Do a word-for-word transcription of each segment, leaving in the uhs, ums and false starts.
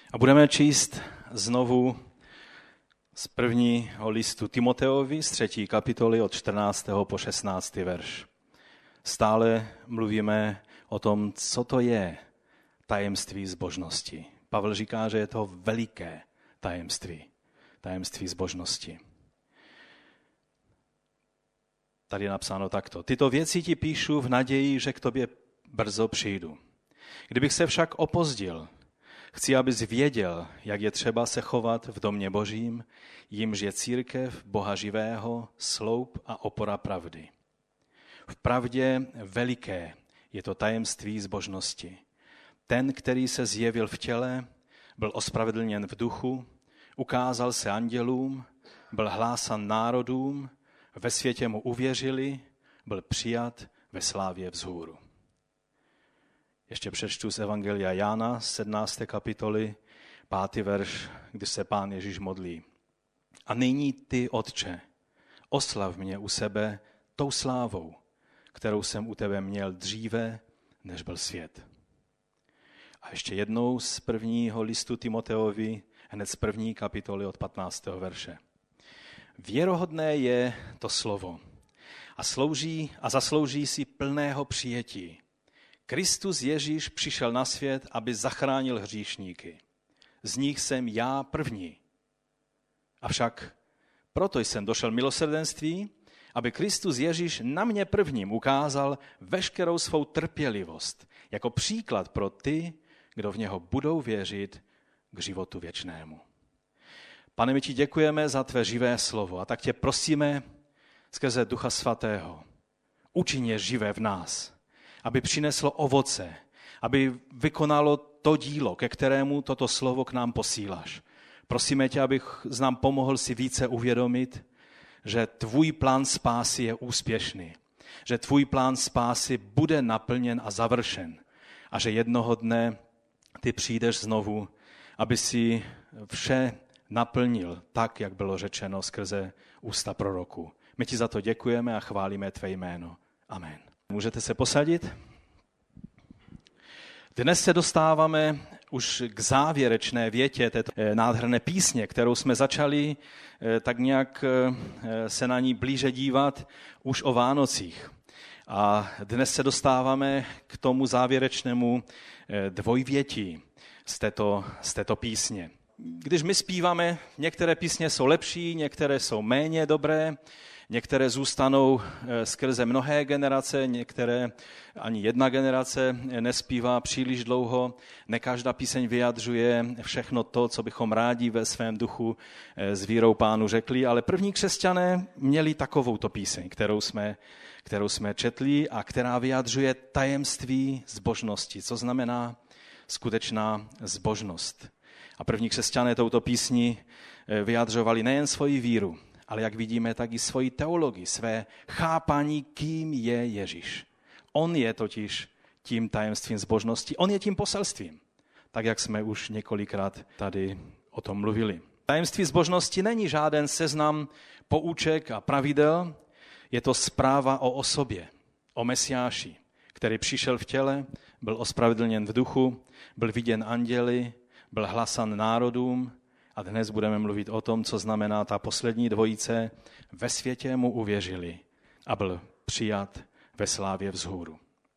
A budeme číst znovu z prvního listu Timoteovi, z třetí kapitoly od čtrnáctého po šestnáctý verš. Stále mluvíme o tom, co to je tajemství zbožnosti. Pavel říká, že je to veliké tajemství, tajemství zbožnosti. Tady je napsáno takto. Tyto věci ti píšu v naději, že k tobě brzo přijdu. Kdybych se však opozdil, chci, abys věděl, jak je třeba se chovat v domě Božím, jimž je církev Boha živého, sloup a opora pravdy. V pravdě veliké je to tajemství zbožnosti. Ten, který se zjevil v těle, byl ospravedlněn v duchu, ukázal se andělům, byl hlásán národům, ve světě mu uvěřili, byl přijat ve slávě vzhůru. Ještě přečtu z Evangelia Jána, sedmnácté kapitoly, pátý verš, kdy se Pán Ježíš modlí. A nyní ty, Otče, oslav mě u sebe tou slávou, kterou jsem u tebe měl dříve, než byl svět. A ještě jednou z prvního listu Timoteovi, hned z první kapitoly od patnáctého verše. Věrohodné je to slovo a slouží a zaslouží si plného přijetí. Kristus Ježíš přišel na svět, aby zachránil hříšníky. Z nich jsem já první. Avšak proto jsem došel milosrdenství, aby Kristus Ježíš na mě prvním ukázal veškerou svou trpělivost jako příklad pro ty, kdo v něho budou věřit k životu věčnému. Pane, my ti děkujeme za tvé živé slovo a tak tě prosíme skrze Ducha Svatého, učiň je živé v nás, aby přineslo ovoce, aby vykonalo to dílo, ke kterému toto slovo k nám posíláš. Prosíme tě, abych nám pomohl si více uvědomit, že tvůj plán spásy je úspěšný, že tvůj plán spásy bude naplněn a završen a že jednoho dne ty přijdeš znovu, aby si vše naplnil tak, jak bylo řečeno skrze ústa proroků. My ti za to děkujeme a chválíme tvé jméno. Amen. Můžete se posadit? Dnes se dostáváme už k závěrečné větě této nádherné písně, kterou jsme začali tak nějak se na ní blíže dívat už o Vánocích. A dnes se dostáváme k tomu závěrečnému dvojvětí z této, z této písně. Když my zpíváme, některé písně jsou lepší, některé jsou méně dobré, některé zůstanou skrze mnohé generace, některé ani jedna generace nespívá příliš dlouho. Ne každá píseň vyjadřuje všechno to, co bychom rádi ve svém duchu s vírou Pánu řekli, ale první křesťané měli takovouto píseň, kterou jsme, kterou jsme četli a která vyjadřuje tajemství zbožnosti, co znamená skutečná zbožnost. A první křesťané touto písni vyjadřovali nejen svoji víru, ale jak vidíme, tak i svoji teologii, své chápání, kým je Ježíš. On je totiž tím tajemstvím zbožnosti, on je tím poselstvím, tak jak jsme už několikrát tady o tom mluvili. Tajemství zbožnosti není žáden seznam pouček a pravidel, je to zpráva o osobě, o Mesiáši, který přišel v těle, byl ospravedlněn v duchu, byl viděn anděli, byl hlasan národům a dnes budeme mluvit o tom, co znamená ta poslední dvojice. Ve světě mu uvěřili a byl přijat ve slávě vzhůru.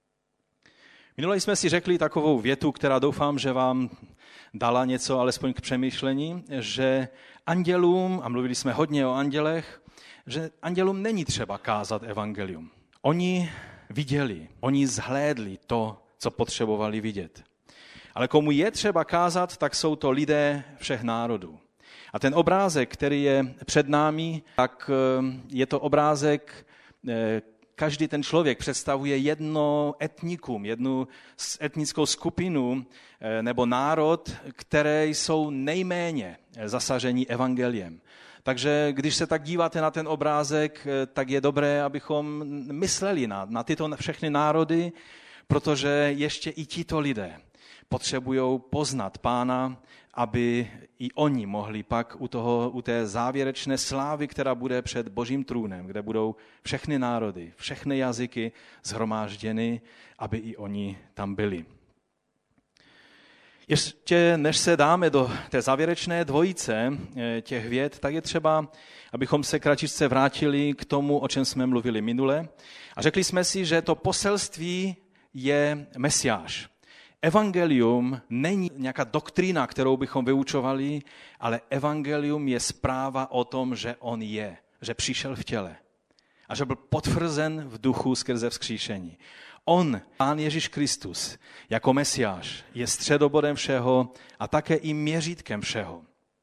Minule jsme si řekli takovou větu, která doufám, že vám dala něco alespoň k přemýšlení, že andělům, a mluvili jsme hodně o andělech, že andělům není třeba kázat evangelium. Oni viděli, oni zhlédli to, co potřebovali vidět. Ale komu je třeba kázat, tak jsou to lidé všech národů. A ten obrázek, který je před námi, tak je to obrázek, každý ten člověk představuje jedno etnikum, jednu etnickou skupinu nebo národ, které jsou nejméně zasažení evangeliem. Takže když se tak díváte na ten obrázek, tak je dobré, abychom mysleli na, na tyto všechny národy, protože ještě i tito lidé potřebují poznat Pána, aby i oni mohli pak u, toho, u té závěrečné slávy, která bude před Božím trůnem, kde budou všechny národy, všechny jazyky shromážděny, aby i oni tam byli. Ještě než se dáme do té závěrečné dvojice těch vět, tak je třeba, abychom se kratičce vrátili k tomu, o čem jsme mluvili minule. A řekli jsme si, že to poselství je Mesiáš. Evangelium není nějaká doktrína, kterou bychom vyučovali, ale evangelium je zpráva o tom, že on je, že přišel v těle a že byl potvrzen v duchu skrze vzkříšení. On, Pán Ježíš Kristus, jako Mesiáš, je středobodem všeho a také i měřítkem všeho.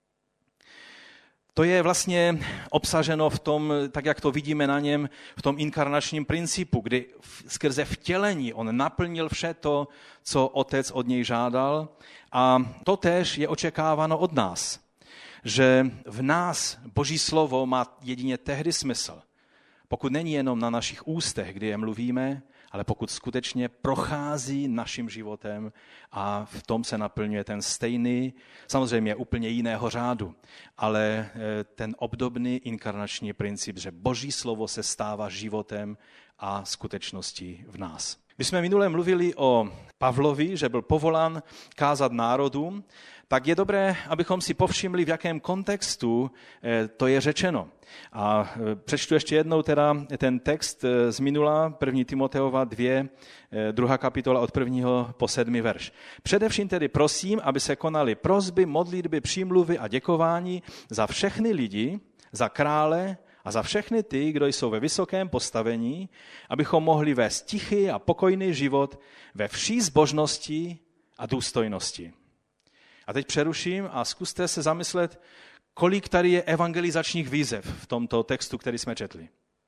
To je vlastně obsaženo v tom, tak jak to vidíme na něm, v tom inkarnačním principu, kdy skrze vtělení on naplnil vše to, co Otec od něj žádal. A to též je očekáváno od nás, že v nás Boží slovo má jedině tehdy smysl, pokud není jenom na našich ústech, kdy je mluvíme, ale pokud skutečně prochází naším životem a v tom se naplňuje ten stejný, samozřejmě úplně jiného řádu, ale ten obdobný inkarnační princip, že Boží slovo se stává životem a skutečností v nás. Když jsme minule mluvili o Pavlovi, že byl povolán kázat národům, tak je dobré, abychom si povšimli, v jakém kontextu to je řečeno. A přečtu ještě jednou teda ten text z minula, první Timoteova dva, druhá kapitola od prvního po sedmý verš. Především tedy prosím, aby se konaly prosby, modlitby, přímluvy a děkování za všechny lidi, za krále a za všechny ty, kdo jsou ve vysokém postavení, abychom mohli vést tichý a pokojný život ve vší zbožnosti a důstojnosti. A teď přeruším a zkuste se zamyslet, kolik tady je evangelizačních výzev v tomto textu, který jsme četli.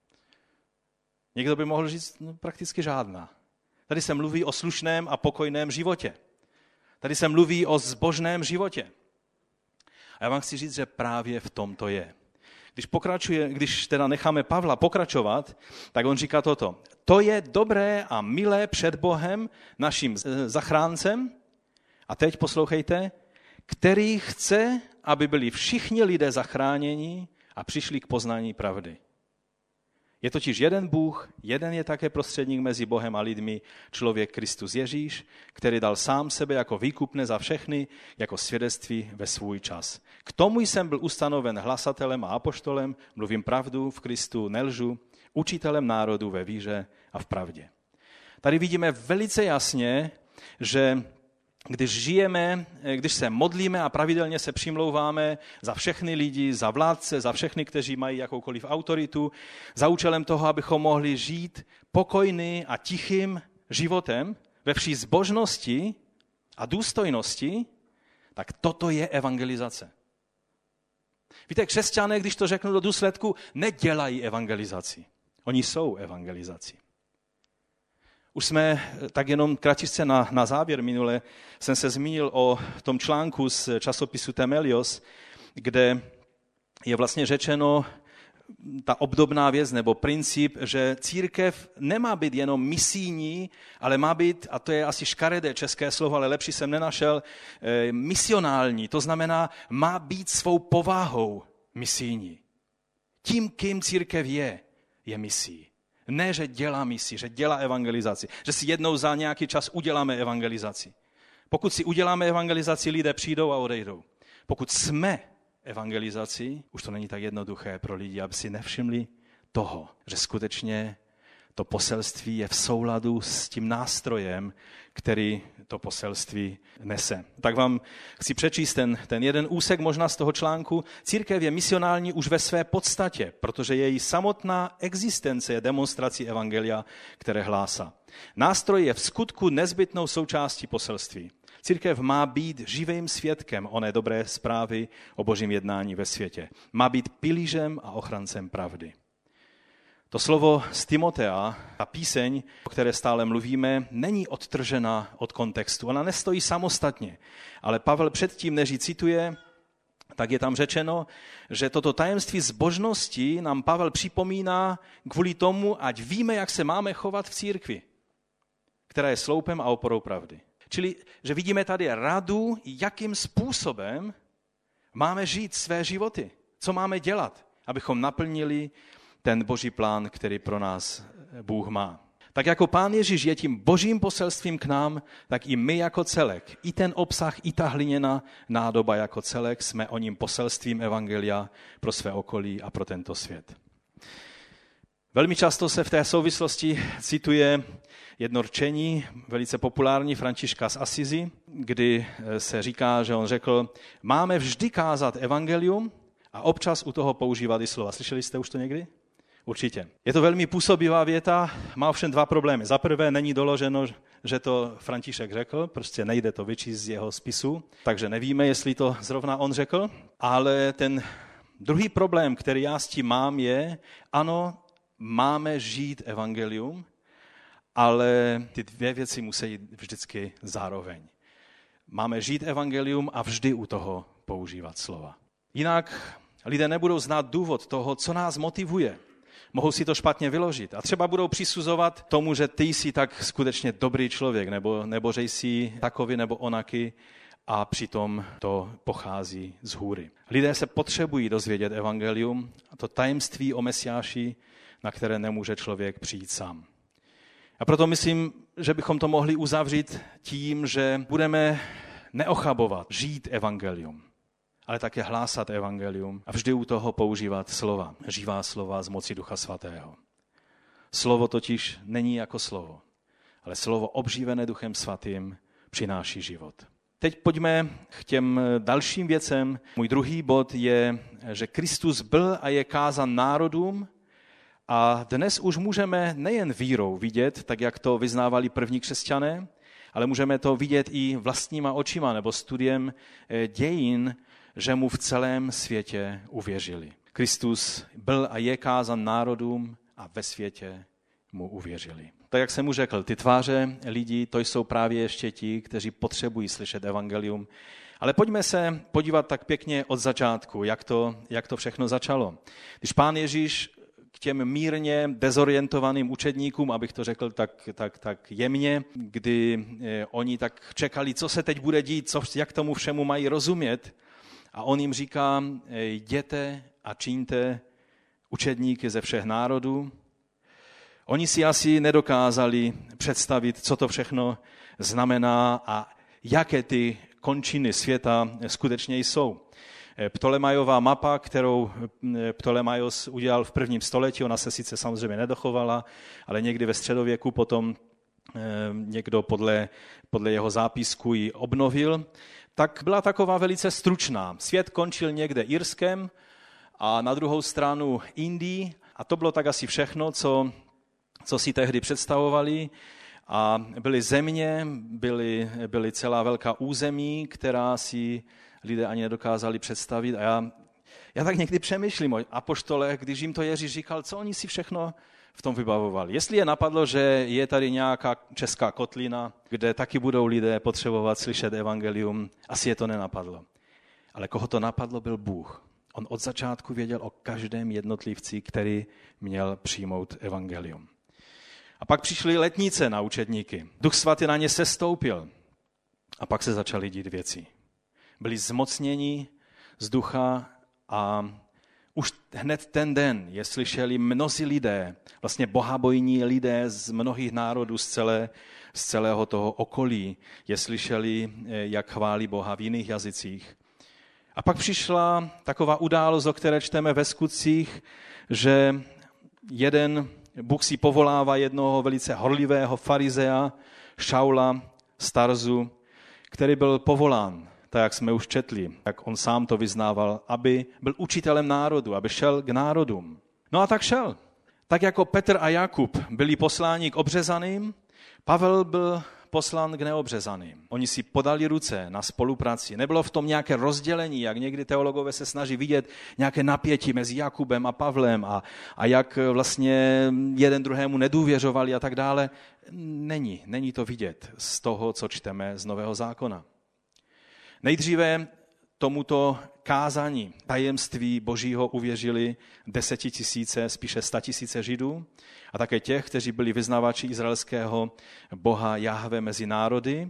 Někdo by mohl říct, no, prakticky žádná. Tady se mluví o slušném a pokojném životě. Tady se mluví o zbožném životě. A já vám chci říct, že právě v tom to je. Když pokračuje, když teda necháme Pavla pokračovat, tak on říká toto. To je dobré a milé před Bohem, naším zachráncem. A teď poslouchejte, který chce, aby byli všichni lidé zachráněni a přišli k poznání pravdy. Je totiž jeden Bůh, jeden je také prostředník mezi Bohem a lidmi, člověk Kristus Ježíš, který dal sám sebe jako výkupné za všechny, jako svědectví ve svůj čas. K tomu jsem byl ustanoven hlasatelem a apoštolem, mluvím pravdu, v Kristu nelžu, učitelem národu ve víře a v pravdě. Tady vidíme velice jasně, že když žijeme, když se modlíme a pravidelně se přimlouváme za všechny lidi, za vládce, za všechny, kteří mají jakoukoliv autoritu, za účelem toho, abychom mohli žít pokojný a tichým životem ve vší zbožnosti a důstojnosti, tak toto je evangelizace. Víte, křesťané, když to řeknu do důsledku, nedělají evangelizaci. Oni jsou evangelizací. Už jsme, tak jenom kratičce na, na závěr minule, jsem se zmínil o tom článku z časopisu Temelios, kde je vlastně řečeno ta obdobná věc nebo princip, že církev nemá být jenom misijní, ale má být, a to je asi škaredé české slovo, ale lepší jsem nenašel, misionální. To znamená, má být svou povahou misijní. Tím, kým církev je, je misí. Ne, že dělá misi, že dělá evangelizaci, že si jednou za nějaký čas uděláme evangelizaci. Pokud si uděláme evangelizaci, lidé přijdou a odejdou. Pokud jsme evangelizací, už to není tak jednoduché pro lidi, aby si nevšimli toho, že skutečně to poselství je v souladu s tím nástrojem, který to poselství nese. Tak vám chci přečíst ten, ten jeden úsek možná z toho článku. Církev je misionální už ve své podstatě, protože její samotná existence je demonstrací evangelia, které hlásá. Nástroj je v skutku nezbytnou součástí poselství. Církev má být živým svědkem oné dobré zprávy o božím jednání ve světě. Má být pilířem a ochrancem pravdy. To slovo z Timotea, ta píseň, o které stále mluvíme, není odtržena od kontextu. Ona nestojí samostatně, ale Pavel předtím, než ji cituje, tak je tam řečeno, že toto tajemství zbožnosti nám Pavel připomíná kvůli tomu, ať víme, jak se máme chovat v církvi, která je sloupem a oporou pravdy. Čili, že vidíme tady radu, jakým způsobem máme žít své životy, co máme dělat, abychom naplnili ten boží plán, který pro nás Bůh má. Tak jako Pán Ježíš je tím božím poselstvím k nám, tak i my jako celek, i ten obsah, i ta hliněná nádoba jako celek, jsme o ním poselstvím evangelia pro své okolí a pro tento svět. Velmi často se v té souvislosti cituje jedno rčení, velice populární Františka z Asizi, kdy se říká, že on řekl, máme vždy kázat evangelium a občas u toho používat i slova. Slyšeli jste už to někdy? Určitě. Je to velmi působivá věta, má ovšem dva problémy. Za prvé není doloženo, že to František řekl, prostě nejde to vyčíst z jeho spisu, takže nevíme, jestli to zrovna on řekl, ale ten druhý problém, který já s tím mám, je, ano, máme žít evangelium, ale ty dvě věci musí jít vždycky zároveň. Máme žít evangelium a vždy u toho používat slova. Jinak lidé nebudou znát důvod toho, co nás motivuje. Mohou si to špatně vyložit a třeba budou přisuzovat tomu, že ty jsi tak skutečně dobrý člověk, nebo, nebo že jsi takový nebo onaky a přitom to pochází z hůry. Lidé se potřebují dozvědět evangelium, a to tajemství o Mesiáši, na které nemůže člověk přijít sám. A proto myslím, že bychom to mohli uzavřít tím, že budeme neochabovat, žít evangelium, ale také hlásat evangelium a vždy u toho používat slova, živá slova z moci Ducha Svatého. Slovo totiž není jako slovo, ale slovo obživené Duchem Svatým přináší život. Teď pojďme k těm dalším věcem. Můj druhý bod je, že Kristus byl a je kázan národům a dnes už můžeme nejen vírou vidět, tak jak to vyznávali první křesťané, ale můžeme to vidět i vlastníma očima nebo studiem dějin, že mu v celém světě uvěřili. Kristus byl a je kázan národům a ve světě mu uvěřili. Tak jak jsem mu řekl, ty tváře lidí, to jsou právě ještě ti, kteří potřebují slyšet evangelium. Ale pojďme se podívat tak pěkně od začátku, jak to, jak to všechno začalo. Když Pán Ježíš k těm mírně dezorientovaným učedníkům, abych to řekl tak, tak, tak jemně, kdy eh, oni tak čekali, co se teď bude dít, co, jak tomu všemu mají rozumět. A on jim říká, jděte a čiňte učedníky ze všech národů. Oni si asi nedokázali představit, co to všechno znamená a jaké ty končiny světa skutečně jsou. Ptolemajová mapa, kterou Ptolemaios udělal v prvním století, ona se sice samozřejmě nedochovala, ale někdy ve středověku potom někdo podle, podle jeho zápisku ji obnovil, tak byla taková velice stručná. Svět končil někde Irskem a na druhou stranu Indii a to bylo tak asi všechno, co, co si tehdy představovali. A byly země, byly, byly celá velká území, která si lidé ani nedokázali představit. A já, já tak někdy přemýšlím o apoštolech, když jim to Ježíš říkal, co oni si všechno v tom vybavovali. Jestli je napadlo, že je tady nějaká česká kotlina, kde taky budou lidé potřebovat slyšet evangelium, asi je to nenapadlo. Ale koho to napadlo, byl Bůh. On od začátku věděl o každém jednotlivci, který měl přijmout evangelium. A pak přišly letnice na učedníky. Duch Svatý na ně sestoupil. A pak se začaly dít věci. Byli zmocněni z ducha a už hned ten den je slyšeli mnozí lidé, vlastně bohabojní lidé z mnohých národů z, celé, z celého toho okolí, je slyšeli, jak chválí Boha v jiných jazycích. A pak přišla taková událost, o které čteme ve Skutcích, že jeden, Bůh si povolává jednoho velice horlivého farizea, Šaula z Tarzu, který byl povolán, tak jak jsme už četli, jak on sám to vyznával, aby byl učitelem národu, aby šel k národům. No a tak šel. Tak jako Petr a Jakub byli posláni k obřezaným, Pavel byl poslán k neobřezaným. Oni si podali ruce na spolupráci. Nebylo v tom nějaké rozdělení, jak někdy teologové se snaží vidět nějaké napětí mezi Jakubem a Pavlem a, a jak vlastně jeden druhému nedůvěřovali a tak dále. Není, není to vidět z toho, co čteme z Nového zákona. Nejdříve tomuto kázání tajemství Božího uvěřili desetitisíce, spíše statisíce Židů a také těch, kteří byli vyznavači izraelského boha Jahve mezi národy.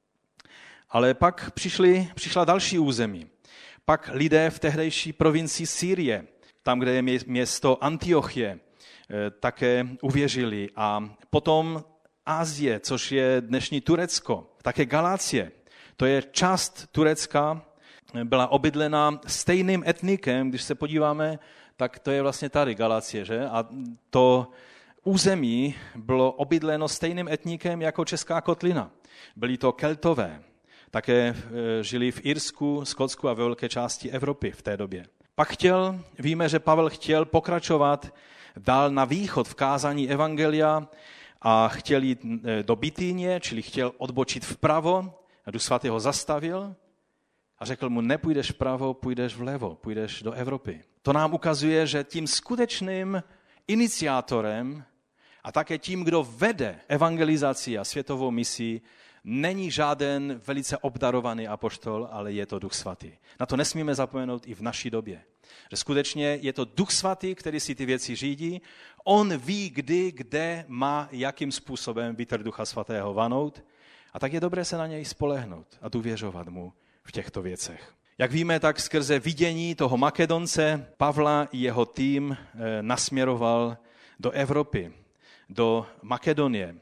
Ale pak přišli, přišla další území. Pak lidé v tehdejší provincii Sýrie, tam, kde je město Antiochie, také uvěřili. A potom Asie, což je dnešní Turecko, také Galácie. To je část Turecka, byla obydlena stejným etnikem, když se podíváme, tak to je vlastně tady Galácie, že? A to území bylo obydleno stejným etnikem jako Česká kotlina. Byli to Keltové, také žili v Irsku, Skotsku a ve velké části Evropy v té době. Pak chtěl, víme, že Pavel chtěl pokračovat dál na východ v kázání evangelia a chtěl jít do Bitynie, čili chtěl odbočit vpravo, a Duch Svatý ho zastavil a řekl mu, nepůjdeš vpravo, půjdeš vlevo, půjdeš do Evropy. To nám ukazuje, že tím skutečným iniciátorem a také tím, kdo vede evangelizaci a světovou misi, není žáden velice obdarovaný apoštol, ale je to Duch Svatý. Na to nesmíme zapomenout i v naší době. Že skutečně je to Duch Svatý, který si ty věci řídí. On ví, kdy, kde má, jakým způsobem vítr Ducha Svatého vanout. A tak je dobré se na něj spolehnout a důvěřovat mu v těchto věcech. Jak víme, tak skrze vidění toho Makedonce Pavla i jeho tým nasměroval do Evropy, do Makedonie.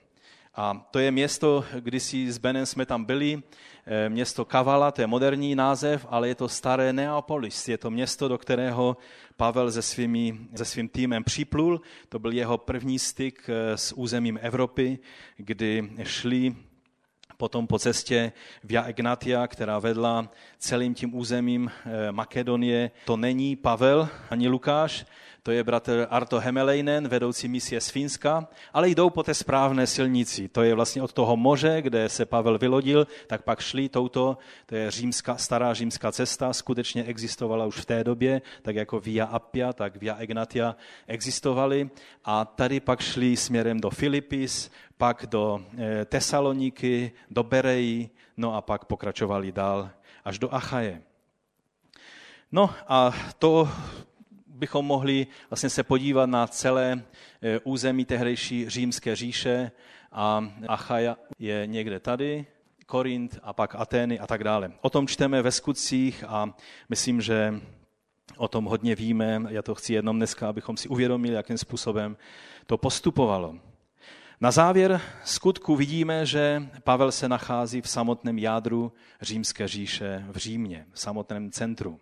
A to je město, kdysi s Benem jsme tam byli, město Kavala, to je moderní název, ale je to staré Neapolis. Je to město, do kterého Pavel se, svými, se svým týmem připlul. To byl jeho první styk s územím Evropy, kdy šli potom po cestě Via Egnatia, která vedla celým tím územím Makedonie. To není Pavel ani Lukáš, to je bratr Arto Hemeleinen, vedoucí misie z Fínska, ale jdou po té správné silnici. To je vlastně od toho moře, kde se Pavel vylodil, tak pak šli touto, to je římská, stará římská cesta, skutečně existovala už v té době, tak jako Via Appia, tak Via Egnatia existovaly. A tady pak šli směrem do Filipis, pak do Tesaloniky, do Bereji, no a pak pokračovali dál až do Achaje. No a to bychom mohli vlastně se podívat na celé území tehdejší římské říše a Achaja je někde tady, Korint a pak Atény a tak dále. O tom čteme ve Skutcích a myslím, že o tom hodně víme. Já to chci jenom dneska, abychom si uvědomili, jakým způsobem to postupovalo. Na závěr skutku vidíme, že Pavel se nachází v samotném jádru římské říše v Římě, v samotném centru.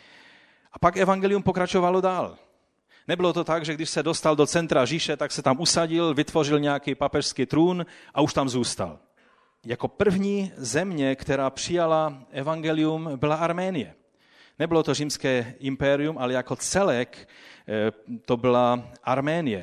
A pak evangelium pokračovalo dál. Nebylo to tak, že když se dostal do centra říše, tak se tam usadil, vytvořil nějaký papežský trůn a už tam zůstal. Jako první země, která přijala evangelium, byla Arménie. Nebylo to římské impérium, ale jako celek to byla Arménie.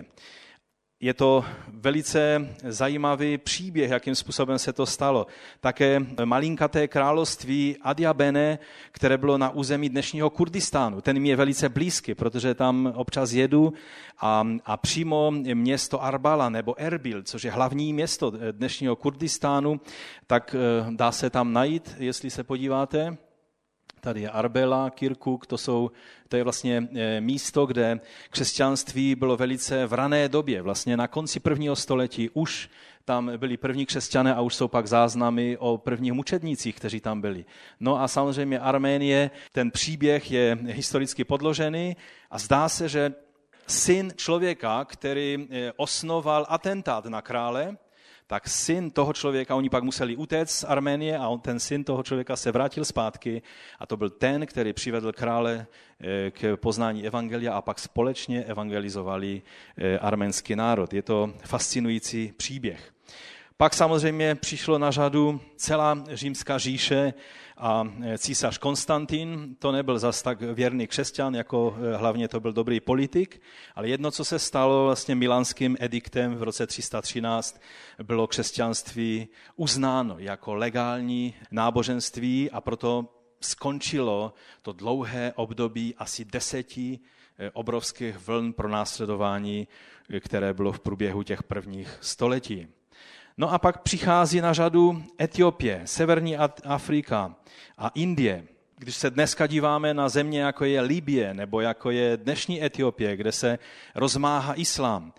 Je to velice zajímavý příběh, jakým způsobem se to stalo. Také malinkaté království Adiabene, které bylo na území dnešního Kurdistánu. Ten mi je velice blízký, protože tam občas jedu a, a přímo město Arbala nebo Erbil, což je hlavní město dnešního Kurdistánu, tak dá se tam najít, jestli se podíváte. Tady je Arbela, Kirkuk, to, jsou, to je vlastně místo, kde křesťanství bylo velice v rané době. Vlastně na konci prvního století už tam byli první křesťané a už jsou pak záznamy o prvních mučednících, kteří tam byli. No a samozřejmě Arménie, ten příběh je historicky podložený a zdá se, že syn člověka, který osnoval atentát na krále, tak syn toho člověka, oni pak museli utéct z Arménie a on, ten syn toho člověka se vrátil zpátky a to byl ten, který přivedl krále k poznání evangelia a pak společně evangelizovali arménský národ. Je to fascinující příběh. Pak samozřejmě přišlo na řadu celá římská říše a císař Konstantin, to nebyl zas tak věrný křesťan, jako hlavně to byl dobrý politik, ale jedno, co se stalo vlastně milánským ediktem v roce tři sta třináct, bylo křesťanství uznáno jako legální náboženství a proto skončilo to dlouhé období asi deseti obrovských vln pronásledování, které bylo v průběhu těch prvních století. No a pak přichází na řadu Etiopie, Severní Afrika a Indie. Když se dneska díváme na země, jako je Libye nebo jako je dnešní Etiopie, kde se rozmáhá islám,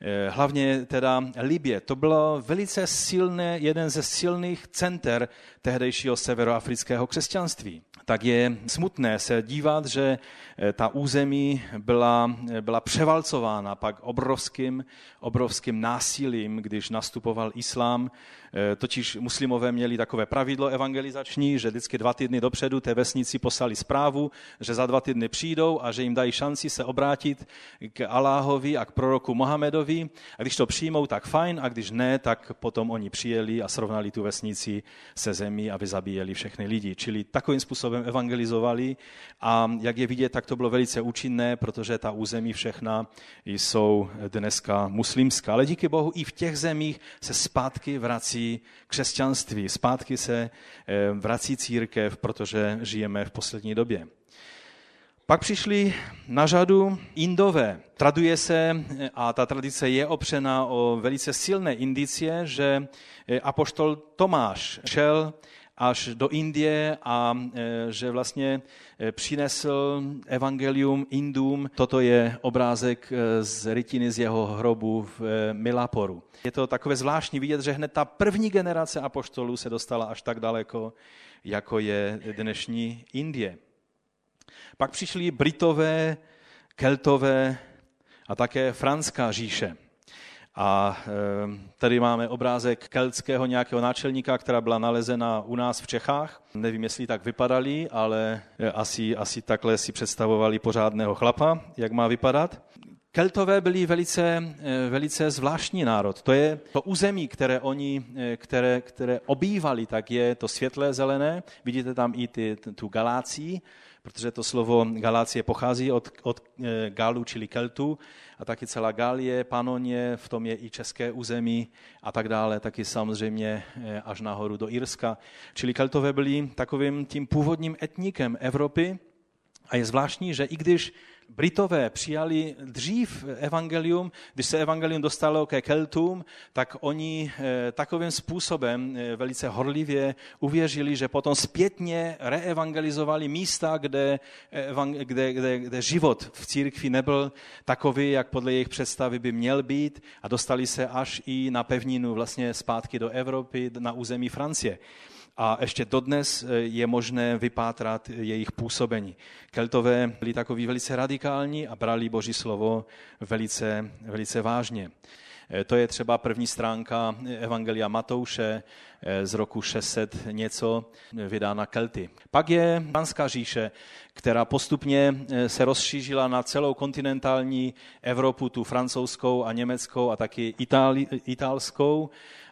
hlavně teda Libye, to bylo velice silné, jeden ze silných center tehdejšího severoafrického křesťanství. tak je smutné se dívat, že ta území byla, byla převalcována pak obrovským, obrovským násilím, když nastupoval islám. Totiž muslimové měli takové pravidlo evangelizační, že vždycky dva týdny dopředu té vesnici poslali zprávu, že za dva týdny přijdou a že jim dají šanci se obrátit k Aláhovi a k proroku Mohamedovi. A když to přijmou, tak fajn, a když ne, tak potom oni přijeli a srovnali tu vesnici se zemí a vyzabíjeli všechny lidi. Čili takovým způsobem evangelizovali a jak je vidět, tak to bylo velice účinné, protože ta území všechna jsou dneska muslimská. Ale díky Bohu i v těch zemích se zpátky vrací křesťanství, zpátky se vrací církev, protože žijeme v poslední době. Pak přišli na řadu Indové. Traduje se, a ta tradice je opřena o velice silné indicie, že apoštol Tomáš šel až do Indie a že vlastně přinesl evangelium Indům. Toto je obrázek z rytiny z jeho hrobu v Milaporu. Je to takové zvláštní vidět, že hned ta první generace apoštolů se dostala až tak daleko, jako je dnešní Indie. Pak přišli Britové, Keltové a také Franská říše. A tady máme obrázek keltského nějakého náčelníka, která byla nalezena u nás v Čechách. Nevím, jestli tak vypadali, ale asi, asi takhle si představovali pořádného chlapa, jak má vypadat. Keltové byli velice, velice zvláštní národ. To je to území, které oni, které, které obývali, tak je to světlé zelené. Vidíte tam i ty, tu Galácii, protože to slovo Galácie pochází od, od Galů, čili Keltů, a taky celá Galie, Panonie, v tom je i české území a tak dále, taky samozřejmě až nahoru do Irska. Čili Keltové byli takovým tím původním etnikem Evropy a je zvláštní, že i když Britové přijali dřív evangelium, když se evangelium dostalo ke Keltům, tak oni takovým způsobem velice horlivě uvěřili, že potom zpětně reevangelizovali místa, kde, kde, kde, kde život v církvi nebyl takový, jak podle jejich představy by měl být, a dostali se až i na pevninu vlastně zpátky do Evropy, na území Francie. A ještě dodnes je možné vypátrat jejich působení. Keltové byli takoví velice radikální a brali Boží slovo velice, velice vážně. To je třeba první stránka Evangelia Matouše z roku šest set něco, vydána Kelty. Pak je Franská říše, která postupně se rozšířila na celou kontinentální Evropu, tu francouzskou a německou a taky itáli, italskou.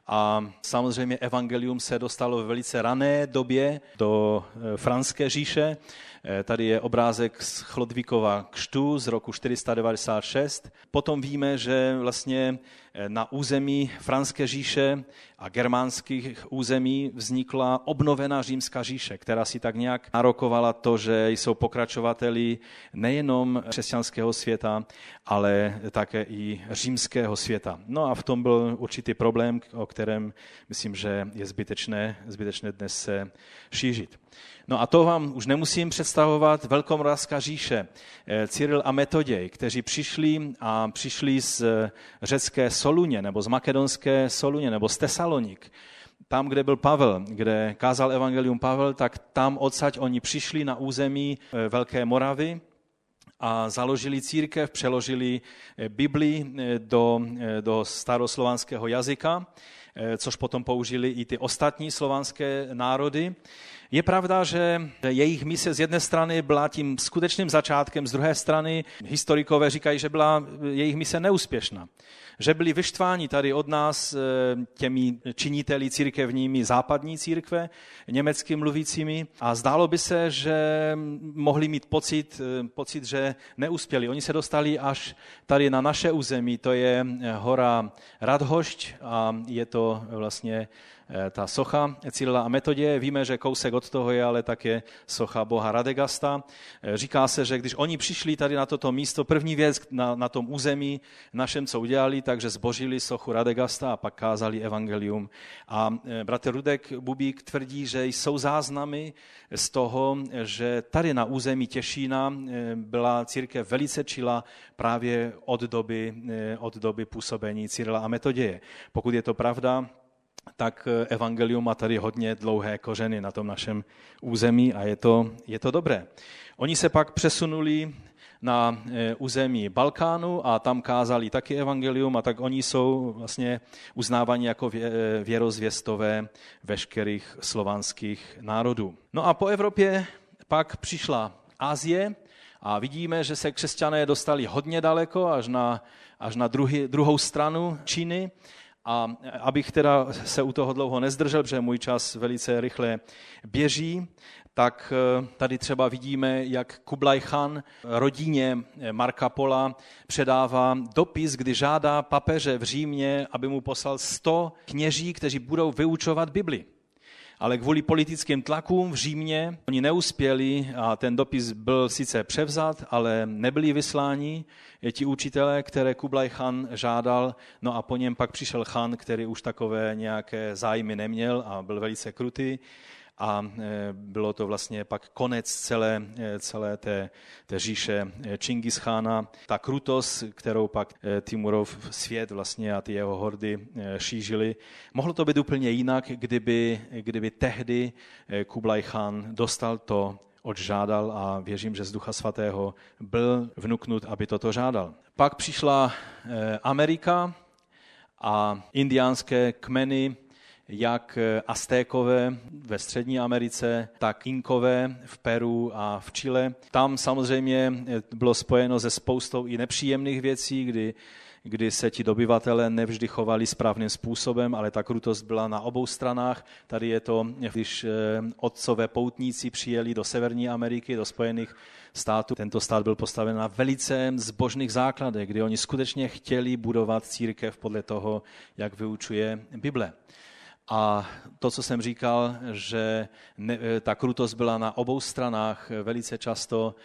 A samozřejmě evangelium se dostalo ve velice rané době do Franské říše. Tady je obrázek z Chlodvíkova křtu z roku čtyři sta devadesát šest. Potom víme, že vlastně na území Franské říše a germánských území vznikla obnovená Římská říše, která si tak nějak narokovala to, že jsou pokračovateli nejenom křesťanského světa, ale také i římského světa. No a v tom byl určitý problém, o kterém myslím, že je zbytečné, zbytečné dnes se šířit. No a to vám už nemusím představovat. Velkomoravská říše, Cyril a Metoděj, kteří přišli a přišli z řecké Soluně, nebo z makedonské Soluně, nebo z Tesalonik. Tam, kde byl Pavel, kde kázal evangelium Pavel, tak tam odsaď oni přišli na území Velké Moravy a založili církev, přeložili Bibli do, do staroslovanského jazyka, což potom použili i ty ostatní slovanské národy. Je pravda, že jejich mise z jedné strany byla tím skutečným začátkem, z druhé strany historikové říkají, že byla jejich mise neúspěšná. Že byli vyštváni tady od nás těmi činiteli církevními západní církve, německy mluvícími, a zdálo by se, že mohli mít pocit, pocit, že neuspěli. Oni se dostali až tady na naše území, to je hora Radhošť a je to vlastně ta socha Cyrila a Metoděje. Víme, že kousek od toho je ale také socha boha Radegasta. Říká se, že když oni přišli tady na toto místo, první věc na, na tom území našem, co udělali, takže zbožili sochu Radegasta a pak kázali evangelium. A bratr Rudek Bubík tvrdí, že jsou záznamy z toho, že tady na území Těšína byla církev velice čilá právě od doby, od doby působení Cyrila a Metoděje. Pokud je to pravda, tak evangelium má tady hodně dlouhé kořeny na tom našem území a je to, je to dobré. Oni se pak přesunuli na území Balkánu a tam kázali taky evangelium a tak oni jsou vlastně uznáváni jako věrozvěstové veškerých slovanských národů. No a po Evropě pak přišla Asie a vidíme, že se křesťané dostali hodně daleko, až na, až na druhý, druhou stranu Číny. A abych teda se u toho dlouho nezdržel, protože můj čas velice rychle běží, tak tady třeba vidíme, jak Kublaj Khan rodině Marca Pola předává dopis, kdy žádá papeže v Římě, aby mu poslal sto kněží, kteří budou vyučovat Bibli. Ale kvůli politickým tlakům v Římě oni neuspěli a ten dopis byl sice převzat, ale nebyli vysláni ti učitelé, které Kublaj Khan žádal, no a po něm pak přišel Khan, který už takové nějaké zájmy neměl a byl velice krutý. A bylo to vlastně pak konec celé, celé té, té říše Čingischána. Ta krutost, kterou pak Timurov svět vlastně a ty jeho hordy šířily. Mohlo to být úplně jinak, kdyby, kdyby tehdy Kublaj Khan dostal to, oč žádal a věřím, že z Ducha Svatého byl vnuknut, aby toto žádal. Pak přišla Amerika a indiánské kmeny, jak Aztékové ve Střední Americe, tak Inkové v Peru a v Chile. Tam samozřejmě bylo spojeno se spoustou i nepříjemných věcí, kdy, kdy se ti dobyvatelé nevždy chovali správným způsobem, ale ta krutost byla na obou stranách. Tady je to, když otcové poutníci přijeli do Severní Ameriky, do Spojených států. Tento stát byl postaven na velice zbožných základech, kdy oni skutečně chtěli budovat církev podle toho, jak vyučuje Bible. A to, co jsem říkal, že ne, ta krutost byla na obou stranách, velice často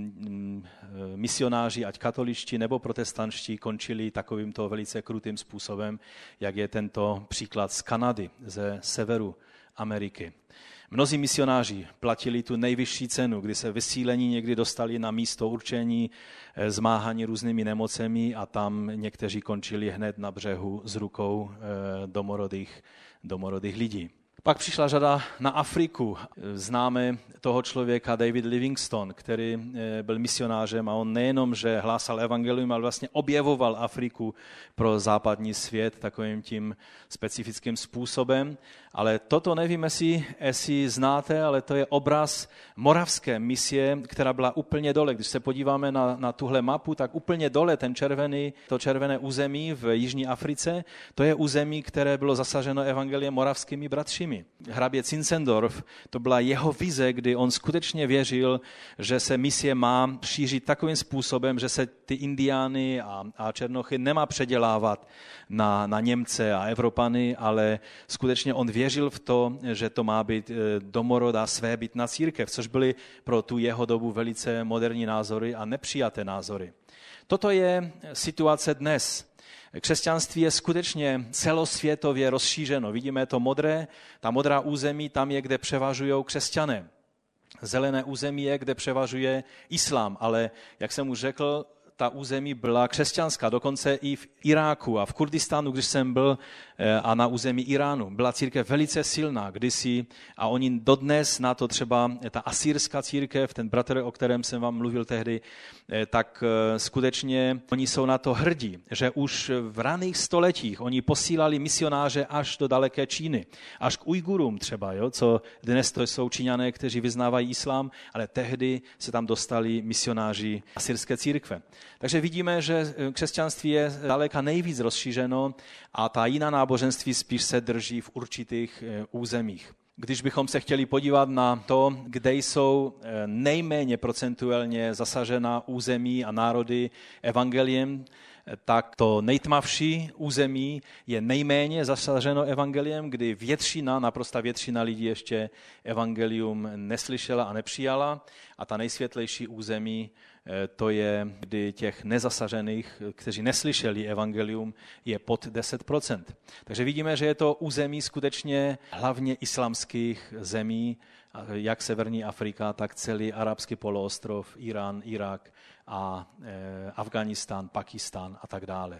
misionáři, ať katoličtí nebo protestančtí, končili takovýmto velice krutým způsobem, jak je tento příklad z Kanady, ze severu Ameriky. Mnozí misionáři platili tu nejvyšší cenu, kdy se vysílení někdy dostali na místo určení, zmáhání různými nemocemi a tam někteří končili hned na břehu s rukou domorodých, domorodých lidí. Pak přišla řada na Afriku. Známe toho člověka David Livingstone, který byl misionářem a on nejenom, že hlásal evangelium, ale vlastně objevoval Afriku pro západní svět takovým tím specifickým způsobem. Ale toto nevím, jestli, jestli znáte, ale to je obraz moravské misie, která byla úplně dole. Když se podíváme na, na tuhle mapu, tak úplně dole ten červený, to červené území v Jižní Africe, to je území, které bylo zasaženo evangeliem moravskými bratřími. Hrabě Zinzendorf, to byla jeho vize, kdy on skutečně věřil, že se misie má šířit takovým způsobem, že se ty indiány a, a černochy nemá předělávat na, na Němce a Evropany, ale skutečně on věřil v to, že to má být domorodá svébytná církev, což byly pro tu jeho dobu velice moderní názory a nepřijaté názory. Toto je situace dnes. Křesťanství je skutečně celosvětově rozšířeno. Vidíme to modré, ta modrá území, tam je, kde převažují křesťané. Zelené území je, kde převažuje islám, ale jak jsem už řekl, ta území byla křesťanská, dokonce i v Iráku a v Kurdistánu, když jsem byl, a na území Iránu. Byla církev velice silná kdysi a oni dodnes na to třeba ta asýrská církev, ten bratr, o kterém jsem vám mluvil tehdy, tak skutečně oni jsou na to hrdí, že už v raných stoletích oni posílali misionáře až do daleké Číny, až k Ujgurům třeba, jo, co dnes to jsou Číňané, kteří vyznávají islám, ale tehdy se tam dostali misionáři asýrské církve. Takže vidíme, že křesťanství je daleka nejvíc rozšířeno a ta jiná náboženství spíš se drží v určitých územích. Když bychom se chtěli podívat na to, kde jsou nejméně procentuálně zasažená území a národy evangeliem, tak to nejtmavší území je nejméně zasaženo evangeliem, kdy většina, naprosta většina lidí ještě evangelium neslyšela a nepřijala a ta nejsvětlejší území to je, kdy těch nezasažených, kteří neslyšeli evangelium, je pod deset procent. Takže vidíme, že je to území skutečně hlavně islamských zemí, jak Severní Afrika, tak celý arabský poloostrov, Irán, Irák a e, Afghánistán, Pakistán a tak dále.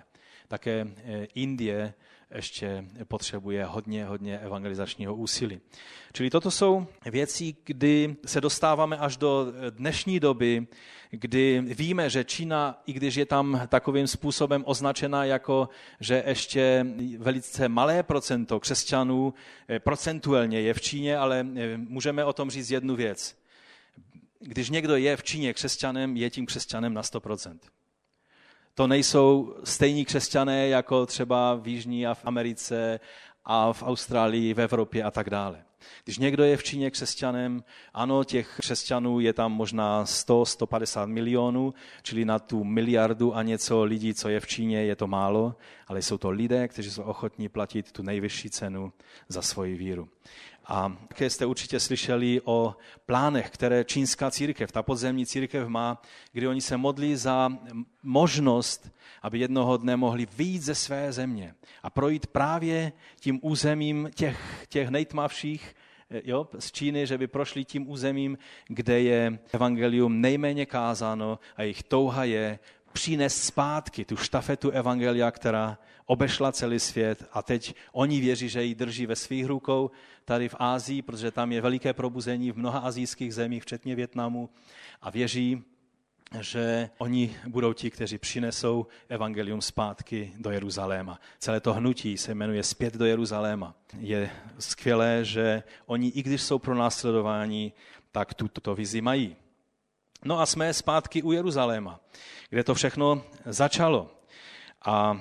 Také Indie ještě potřebuje hodně, hodně evangelizačního úsilí. Čili toto jsou věci, kdy se dostáváme až do dnešní doby, kdy víme, že Čína, i když je tam takovým způsobem označena jako, že ještě velice malé procento křesťanů procentuálně je v Číně, ale můžeme o tom říct jednu věc. Když někdo je v Číně křesťanem, je tím křesťanem na sto procent. To nejsou stejní křesťané jako třeba v Jižní a v Americe a v Austrálii, v Evropě a tak dále. Když někdo je v Číně křesťanem, ano, těch křesťanů je tam možná sto až sto padesát milionů, čili na tu miliardu a něco lidí, co je v Číně, je to málo, ale jsou to lidé, kteří jsou ochotní platit tu nejvyšší cenu za svoji víru. A také jste určitě slyšeli o plánech, které čínská církev, ta podzemní církev má, kdy oni se modlí za možnost, aby jednoho dne mohli vyjít ze své země a projít právě tím územím těch, těch nejtmavších, jo, z Číny, že by prošli tím územím, kde je evangelium nejméně kázáno a jejich touha je přinést zpátky tu štafetu evangelia, která obešla celý svět a teď oni věří, že ji drží ve svých rukou tady v Asii, protože tam je veliké probuzení v mnoha asijských zemích, včetně Vietnamu, a věří, že oni budou ti, kteří přinesou evangelium zpátky do Jeruzaléma. Celé to hnutí se jmenuje Zpět do Jeruzaléma. Je skvělé, že oni, i když jsou pronásledováni, tak tuto vizi mají. No a jsme zpátky u Jeruzaléma, kde to všechno začalo. A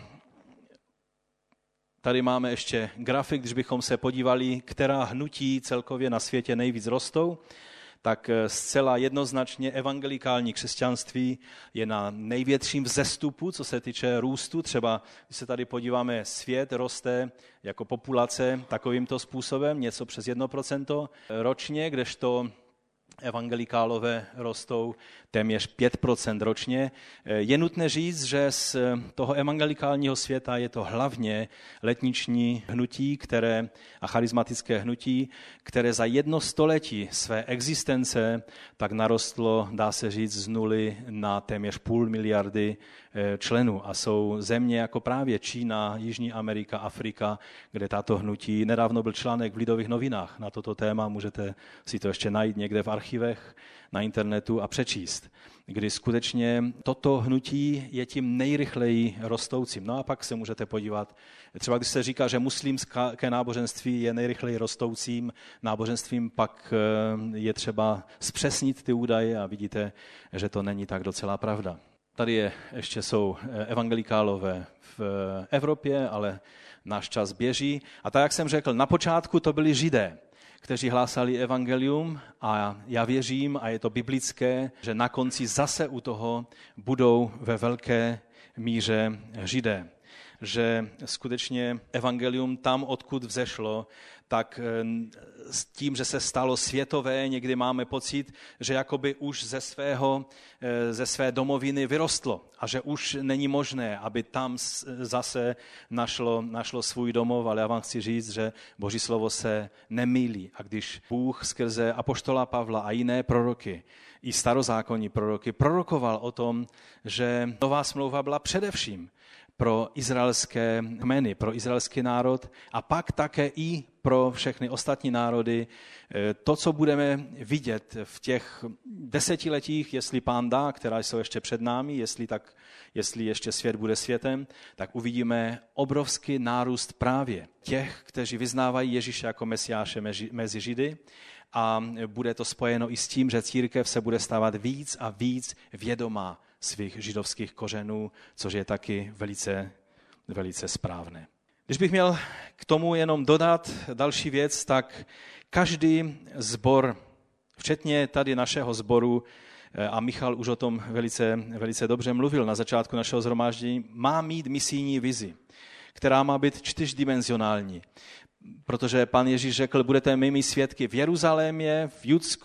tady máme ještě grafik, když bychom se podívali, která hnutí celkově na světě nejvíc rostou, tak zcela jednoznačně evangelikální křesťanství je na největším vzestupu, co se týče růstu. Třeba, když se tady podíváme, svět roste jako populace takovýmto způsobem, něco přes jedno procento ročně, kdežto evangelikálové rostou téměř pět procent ročně. Je nutné říct, že z toho evangelikálního světa je to hlavně letniční hnutí, které, a charismatické hnutí, které za jedno století své existence tak narostlo, dá se říct, z nuly na téměř půl miliardy členů. A jsou země jako právě Čína, Jižní Amerika, Afrika, kde tato hnutí, nedávno byl článek v Lidových novinách na toto téma, můžete si to ještě najít někde v archivech na internetu a přečíst, kdy skutečně toto hnutí je tím nejrychleji rostoucím. No a pak se můžete podívat, třeba když se říká, že muslimské náboženství je nejrychleji rostoucím náboženstvím, pak je třeba zpřesnit ty údaje a vidíte, že to není tak docela pravda. Tady je, ještě jsou evangelikálové v Evropě, ale náš čas běží. A tak, jak jsem řekl, na počátku to byli Židé, kteří hlásali evangelium a já věřím, a je to biblické, že na konci zase u toho budou ve velké míře Židé. Že skutečně evangelium tam, odkud vzešlo, tak s tím, že se stalo světové, někdy máme pocit, že jakoby už ze, svého, ze své domoviny vyrostlo a že už není možné, aby tam zase našlo, našlo svůj domov, ale já vám chci říct, že Boží slovo se nemýlí. A když Bůh skrze apoštola Pavla a jiné proroky, i starozákonní proroky, prorokoval o tom, že nová smlouva byla především pro izraelské kmeny, pro izraelský národ a pak také i pro všechny ostatní národy. To, co budeme vidět v těch desetiletích, jestli Pán dá, která jsou ještě před námi, jestli, tak, jestli ještě svět bude světem, tak uvidíme obrovský nárůst právě těch, kteří vyznávají Ježíše jako Mesiáše mezi Židy. A bude to spojeno i s tím, že církev se bude stávat víc a víc vědomá svých židovských kořenů, což je taky velice, velice správné. Když bych měl k tomu jenom dodat další věc, tak každý sbor, včetně tady našeho sboru, a Michal už o tom velice, velice dobře mluvil na začátku našeho shromáždění, má mít misijní vizi, která má být čtyřdimenzionální. Protože Pán Ježíš řekl, budete mými svědky v Jeruzalémě, v Judsku,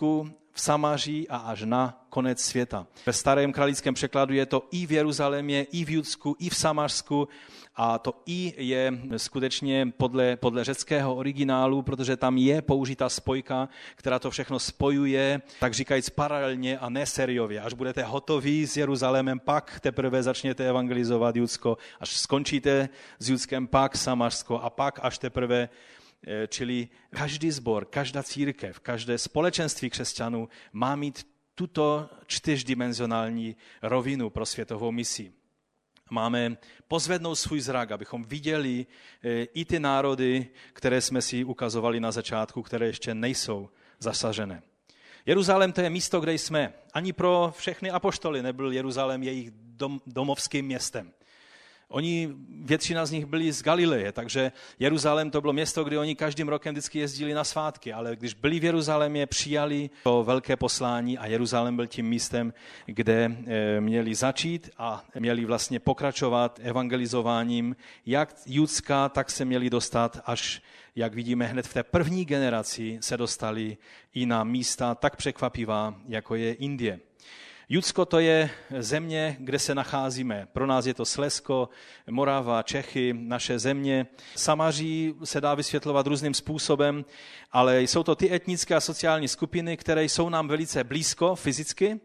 v Samaří a až na konec světa. Ve starém kralickém překladu je to i v Jeruzalémě, i v Judsku, i v Samařsku a to i je skutečně podle, podle řeckého originálu, protože tam je použita spojka, která to všechno spojuje, tak říkajíc paralelně a ne sériově. Až budete hotoví s Jeruzalémem, pak teprve začněte evangelizovat Judsko, až skončíte s Judskem, pak Samařsko a pak až teprve. Čili každý sbor, každá církev, každé společenství křesťanů má mít tuto čtyřdimenzionální rovinu pro světovou misi. Máme pozvednout svůj zrak, abychom viděli i ty národy, které jsme si ukazovali na začátku, které ještě nejsou zasažené. Jeruzalém to je místo, kde jsme. Ani pro všechny apoštoly nebyl Jeruzalém jejich dom, domovským městem. Oni, většina z nich byli z Galileje, takže Jeruzalém to bylo město, kde oni každým rokem vždycky jezdili na svátky, ale když byli v Jeruzalémě, přijali to velké poslání a Jeruzalém byl tím místem, kde měli začít a měli vlastně pokračovat evangelizováním, jak Judska, tak se měli dostat až, jak vidíme hned v té první generaci, se dostali i na místa tak překvapivá, jako je Indie. Judsko to je země, kde se nacházíme. Pro nás je to Slezsko, Morava, Čechy, naše země. Samaří se dá vysvětlovat různým způsobem, ale jsou to ty etnické a sociální skupiny, které jsou nám velice blízko fyzicky,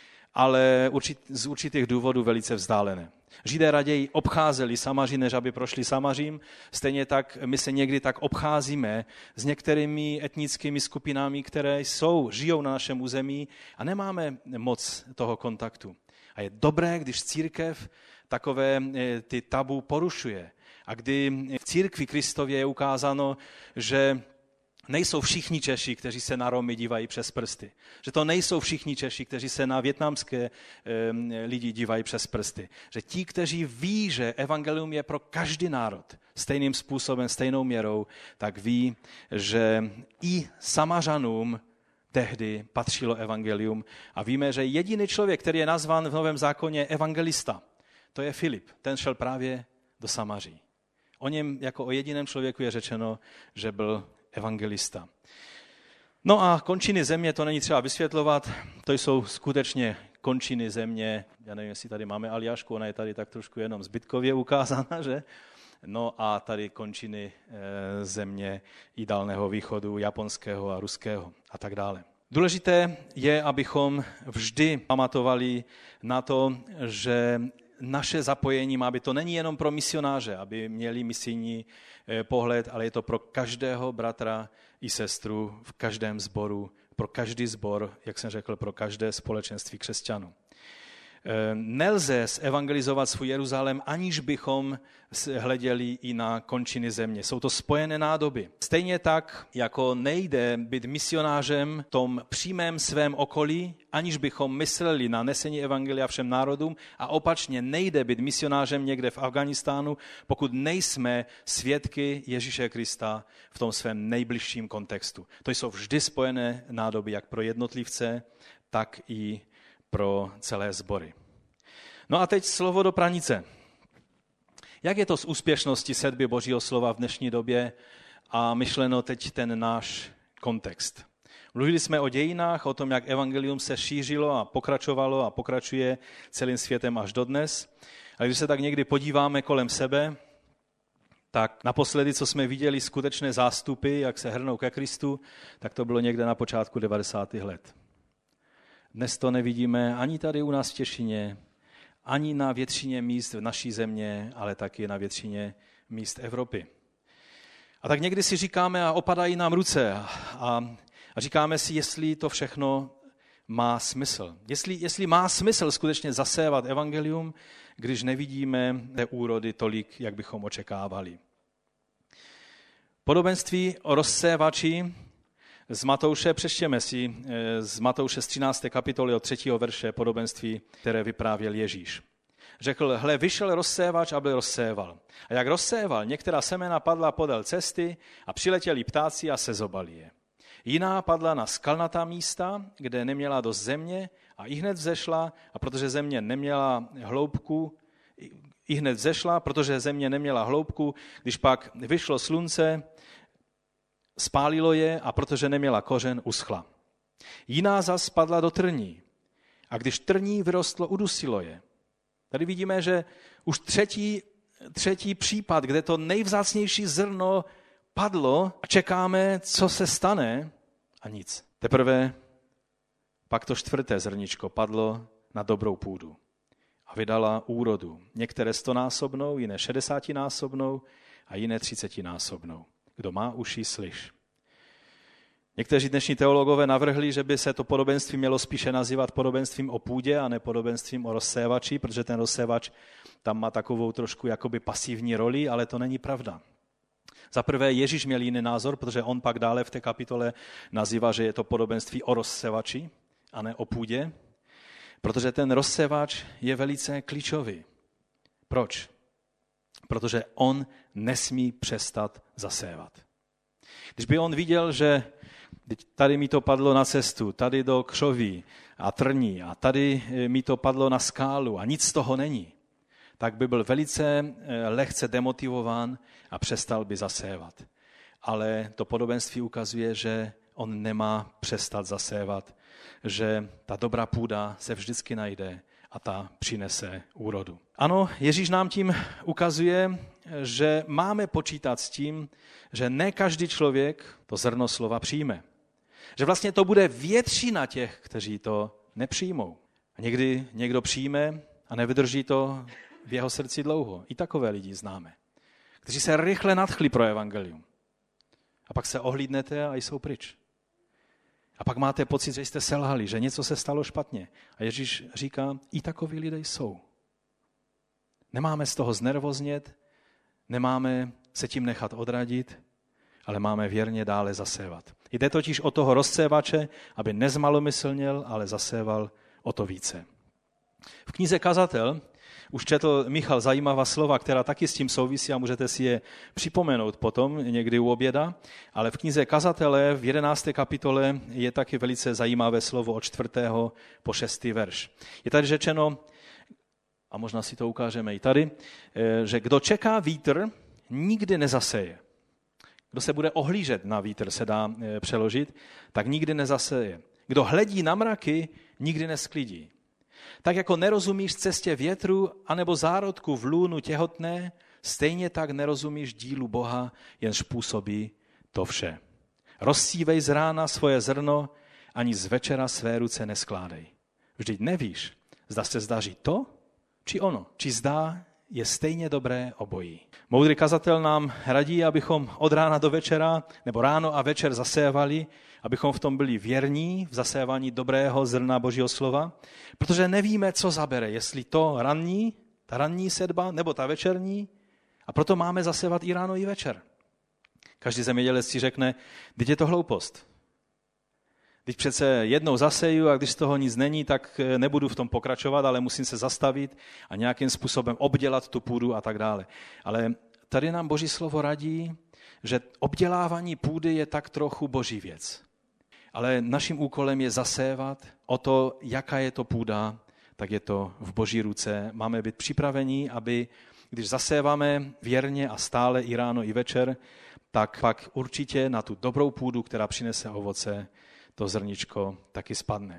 ale z určitých důvodů velice vzdálené. Židé raději obcházeli Samaří, než aby prošli Samařím. Stejně tak my se někdy tak obcházíme s některými etnickými skupinami, které jsou, žijou na našem území a nemáme moc toho kontaktu. A je dobré, když církev takové ty tabu porušuje. A kdy v církvi Kristově je ukázáno, že nejsou všichni Češi, kteří se na Romy dívají přes prsty. Že to nejsou všichni Češi, kteří se na vietnamské e, lidi dívají přes prsty. Že ti, kteří ví, že evangelium je pro každý národ stejným způsobem, stejnou měrou, tak ví, že i Samařanům tehdy patřilo evangelium. A víme, že jediný člověk, který je nazván v Novém zákoně evangelista, to je Filip. Ten šel právě do Samaří. O něm jako o jediném člověku je řečeno, že byl evangelista. No a končiny země, to není třeba vysvětlovat, to jsou skutečně končiny země, já nevím, jestli tady máme Aljašku, ona je tady tak trošku jenom zbytkově ukázána, že? No a tady končiny e, země i Dálného východu, japonského a ruského a tak dále. Důležité je, abychom vždy pamatovali na to, že naše zapojení má být, to není jenom pro misionáře, aby měli misijní pohled, ale je to pro každého bratra i sestru v každém sboru, pro každý sbor, jak jsem řekl, pro každé společenství křesťanů. Nelze zevangelizovat svůj Jeruzalém, aniž bychom hleděli i na končiny země. Jsou to spojené nádoby. Stejně tak, jako nejde být misionářem v tom přímém svém okolí, aniž bychom mysleli na nesení evangelia všem národům, a opačně nejde být misionářem někde v Afghánistánu, pokud nejsme svědky Ježíše Krista v tom svém nejbližším kontextu. To jsou vždy spojené nádoby, jak pro jednotlivce, tak i pro celé sbory. No a teď slovo do pranice. Jak je to s úspěšností sedby Božího slova v dnešní době a myšleno teď ten náš kontext? Mluvili jsme o dějinách, o tom, jak evangelium se šířilo a pokračovalo a pokračuje celým světem až dodnes. A když se tak někdy podíváme kolem sebe, tak naposledy, co jsme viděli skutečné zástupy, jak se hrnou ke Kristu, tak to bylo někde na počátku devadesátých let. Dnes to nevidíme ani tady u nás v Těšíně, ani na většině míst v naší země, ale taky na většině míst Evropy. A tak někdy si říkáme a opadají nám ruce a, a, a říkáme si, jestli to všechno má smysl. Jestli, jestli má smysl skutečně zasévat evangelium, když nevidíme té úrody tolik, jak bychom očekávali. Podobenství o rozsévači z Matouše, přečtěme si z Matouše z třinácté kapitoly od třetího verše podobenství, které vyprávěl Ježíš. Řekl, hle, vyšel rozsévač a byl rozséval. A jak rozséval, některá semena padla podél cesty a přiletěli ptáci a sezobali je. Jiná padla na skalnatá místa, kde neměla dost země a ihned vzešla, a protože země neměla hloubku, ihned vzešla, protože země neměla hloubku, když pak vyšlo slunce, spálilo je a protože neměla kořen, uschla. Jiná zas padla do trní. A když trní vyrostlo, udusilo je. Tady vidíme, že už třetí, třetí případ, kde to nejvzácnější zrno padlo a čekáme, co se stane a nic. Teprve pak to čtvrté zrničko padlo na dobrou půdu a vydala úrodu. Některé stonásobnou, jiné šedesátinásobnou a jiné třicetinásobnou. Kdo má uši, slyš. Někteří dnešní teologové navrhli, že by se to podobenství mělo spíše nazývat podobenstvím o půdě a ne podobenstvím o rozsévači, protože ten rozsévač tam má takovou trošku jakoby pasivní roli, ale to není pravda. Za prvé Ježíš měl jiný názor, protože on pak dále v té kapitole nazývá, že je to podobenství o rozsévači a ne o půdě, protože ten rozsévač je velice klíčový. Proč? Protože on nesmí přestat zasévat. Když by on viděl, že tady mi to padlo na cestu, tady do křoví a trní a tady mi to padlo na skálu a nic z toho není, tak by byl velice lehce demotivován a přestal by zasévat. Ale to podobenství ukazuje, že on nemá přestat zasévat, že ta dobrá půda se vždycky najde a ta přinese úrodu. Ano, Ježíš nám tím ukazuje, že máme počítat s tím, že ne každý člověk to zrno slova přijme. Že vlastně to bude většina těch, kteří to nepřijmou. A někdy někdo přijme a nevydrží to v jeho srdci dlouho. I takové lidi známe, kteří se rychle nadchli pro evangelium. A pak se ohlídnete a jsou pryč. A pak máte pocit, že jste selhali, že něco se stalo špatně. A Ježíš říká, i takoví lidé jsou. Nemáme z toho znervoznět, nemáme se tím nechat odradit, ale máme věrně dále zasévat. Jde totiž o toho rozsévače, aby nezmalomyslněl, ale zaséval o to více. V knize Kazatel už četl Michal zajímavá slova, která taky s tím souvisí a můžete si je připomenout potom někdy u oběda, ale v knize Kazatele v jedenácté kapitole je taky velice zajímavé slovo od čtvrtého po šestý verš. Je tady řečeno, a možná si to ukážeme i tady, že kdo čeká vítr, nikdy nezaseje. Kdo se bude ohlížet na vítr, se dá přeložit, tak nikdy nezaseje. Kdo hledí na mraky, nikdy nesklidí. Tak jako nerozumíš cestě větru anebo zárodku v lůnu těhotné, stejně tak nerozumíš dílu Boha, jenž působí to vše. Rozsívej z rána svoje zrno, ani z večera své ruce neskládej. Vždyť nevíš, zda se zdaří to, či ono, či zdá je stejně dobré obojí. Moudrý kazatel nám radí, abychom od rána do večera, nebo ráno a večer zasévali, abychom v tom byli věrní v zasévání dobrého zrna Božího slova, protože nevíme, co zabere, jestli to ranní, ta ranní sedba, nebo ta večerní, a proto máme zasévat i ráno, i večer. Každý zemědělec si řekne, teď je to hloupost. Když přece jednou zaseju a když z toho nic není, tak nebudu v tom pokračovat, ale musím se zastavit a nějakým způsobem obdělat tu půdu a tak dále. Ale tady nám Boží slovo radí, že obdělávání půdy je tak trochu boží věc. Ale naším úkolem je zasévat o to, jaká je to půda, tak je to v Boží ruce. Máme být připraveni, aby když zaséváme věrně a stále i ráno, i večer, tak pak určitě na tu dobrou půdu, která přinese ovoce, to zrničko taky spadne.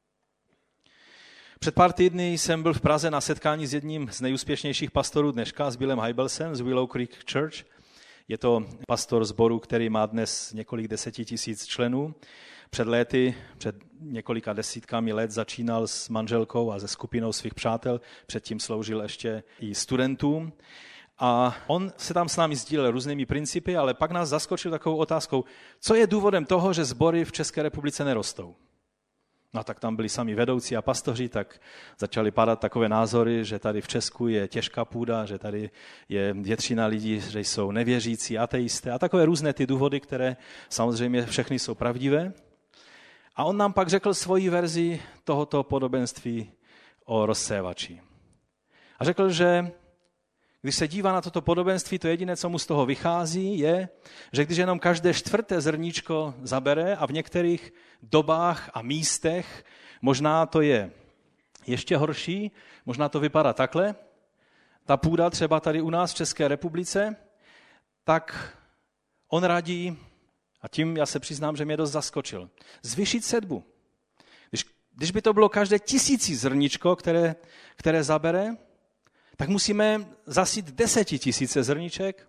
Před pár týdny jsem byl v Praze na setkání s jedním z nejúspěšnějších pastorů dneška, s Billem Hybelsem z Willow Creek Church. Je to pastor sboru, který má dnes několik deseti tisíc členů. Před léty, před několika desítkami let začínal s manželkou a se skupinou svých přátel, předtím sloužil ještě i studentům. A on se tam s námi sdílel různými principy, ale pak nás zaskočil takovou otázkou, co je důvodem toho, že sbory v České republice nerostou. No tak tam byli sami vedoucí a pastoři, tak začaly padat takové názory, že tady v Česku je těžká půda, že tady je většina lidí, že jsou nevěřící, ateisté a takové různé ty důvody, které samozřejmě všechny jsou pravdivé. A on nám pak řekl svoji verzi tohoto podobenství o rozsévači. A řekl, že když se dívá na toto podobenství, to jediné, co mu z toho vychází, je, že když jenom každé čtvrté zrníčko zabere a v některých dobách a místech, možná to je ještě horší, možná to vypadá takhle, ta půda třeba tady u nás v České republice, tak on radí, A tím já se přiznám, že mě dost zaskočil. Zvyšit sedbu. Když, když by to bylo každé tisící zrničko, které, které zabere, tak musíme zasít desetitisíce zrniček,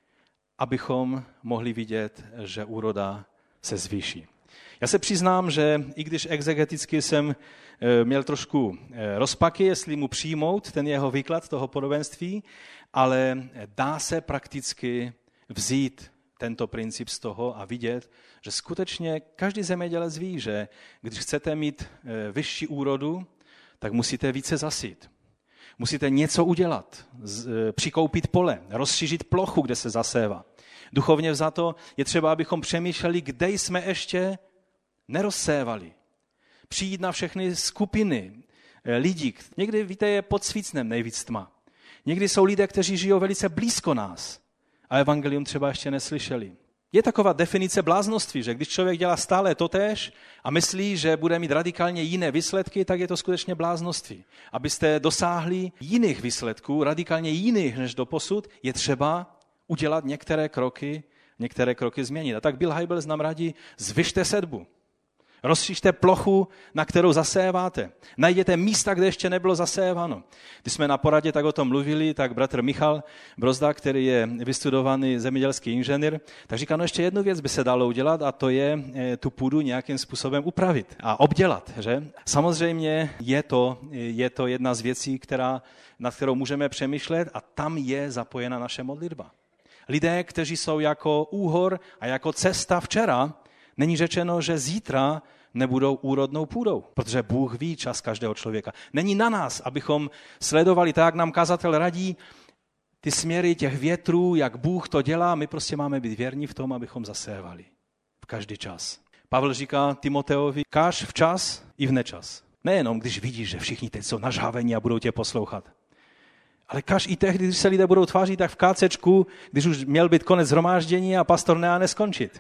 abychom mohli vidět, že úroda se zvýší. Já se přiznám, že i když exegeticky jsem měl trošku rozpaky, jestli mu přijmout ten jeho výklad toho podobenství, ale dá se prakticky vzít tento princip z toho a vidět, že skutečně každý zemědělec ví, že když chcete mít vyšší úrodu, tak musíte více zasít. Musíte něco udělat, přikoupit pole, rozšířit plochu, kde se zasévá. Duchovně vzato je třeba, abychom přemýšleli, kde jsme ještě nerozsévali. Přijít na všechny skupiny lidí. Někdy, víte, je pod svícnem nejvíc tma. Někdy jsou lidé, kteří žijou velice blízko nás a evangelium třeba ještě neslyšeli. Je taková definice bláznoství, že když člověk dělá stále totéž a myslí, že bude mít radikálně jiné výsledky, tak je to skutečně bláznoství. Abyste dosáhli jiných výsledků, radikálně jiných než doposud, je třeba udělat některé kroky, některé kroky změnit. A tak Bill Hybels nám radí, zvyšte sedbu. Rozšířte plochu, na kterou zaséváte. Najděte místa, kde ještě nebylo zaséváno. Když jsme na poradě tak o tom mluvili, tak bratr Michal Brozda, který je vystudovaný zemědělský inženýr, tak říká, no ještě jednu věc by se dalo udělat a to je tu půdu nějakým způsobem upravit a obdělat. Že? Samozřejmě je to, je to jedna z věcí, která, nad kterou můžeme přemýšlet a tam je zapojena naše modlitba. Lidé, kteří jsou jako úhor a jako cesta včera, není řečeno, že zítra nebudou úrodnou půdou, protože Bůh ví čas každého člověka. Není na nás, abychom sledovali tak, jak nám kazatel radí, ty směry těch větrů, jak Bůh to dělá, my prostě máme být věrní v tom, abychom zasévali v každý čas. Pavel říká Timoteovi, káž včas i v nečas. Nejenom, když vidíš, že všichni teď jsou nažhavení a budou tě poslouchat. Ale kaž i tehdy, když se lidé budou tvářit tak v kácečku, když už měl být konec shromáždění a pastor neá skončit.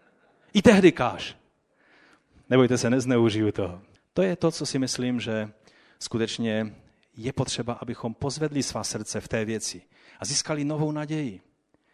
I tehdy káž. Nebojte se, nezneužiju toho. To je to, co si myslím, že skutečně je potřeba, abychom pozvedli svá srdce v té věci a získali novou naději.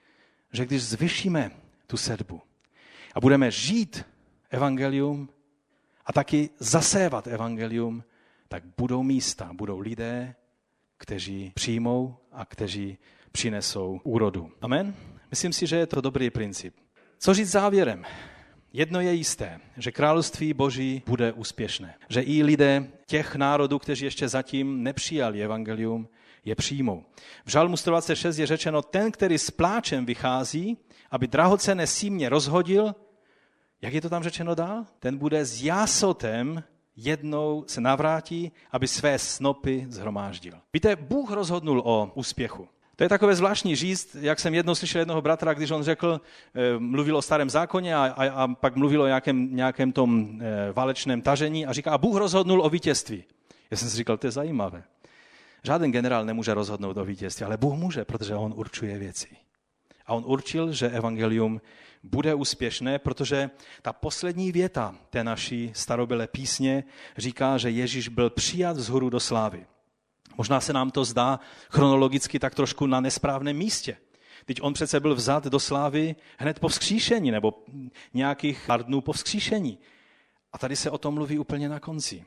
Že když zvyšíme tu sedbu a budeme žít evangelium a taky zasévat evangelium, tak budou místa, budou lidé, kteří přijmou a kteří přinesou úrodu. Amen? Myslím si, že je to dobrý princip. Co říct závěrem? Jedno je jisté, že království Boží bude úspěšné. Že i lidé těch národů, kteří ještě zatím nepřijali evangelium, je přijmou. V Žalmu sto dvacet šest je řečeno, ten, který s pláčem vychází, aby drahocenné símě rozhodil, jak je to tam řečeno dál? Ten bude s jásotem jednou se navrátí, aby své snopy zhromáždil. Víte, Bůh rozhodnul o úspěchu. To je takové zvláštní říct, jak jsem jednou slyšel jednoho bratra, když on řekl, mluvil o starém zákoně a, a, a pak mluvil o nějakém, nějakém tom e, válečném tažení a říká, a Bůh rozhodnul o vítězství. Já jsem si říkal, to je zajímavé. Žádný generál nemůže rozhodnout o vítězství, ale Bůh může, protože on určuje věci. A on určil, že evangelium bude úspěšné, protože ta poslední věta té naší starobylé písně říká, že Ježíš byl přijat vzhůru do slávy. Možná se nám to zdá chronologicky tak trošku na nesprávném místě. Teď on přece byl vzat do slávy hned po vzkříšení, nebo nějakých pár dnů po vzkříšení. A tady se o tom mluví úplně na konci.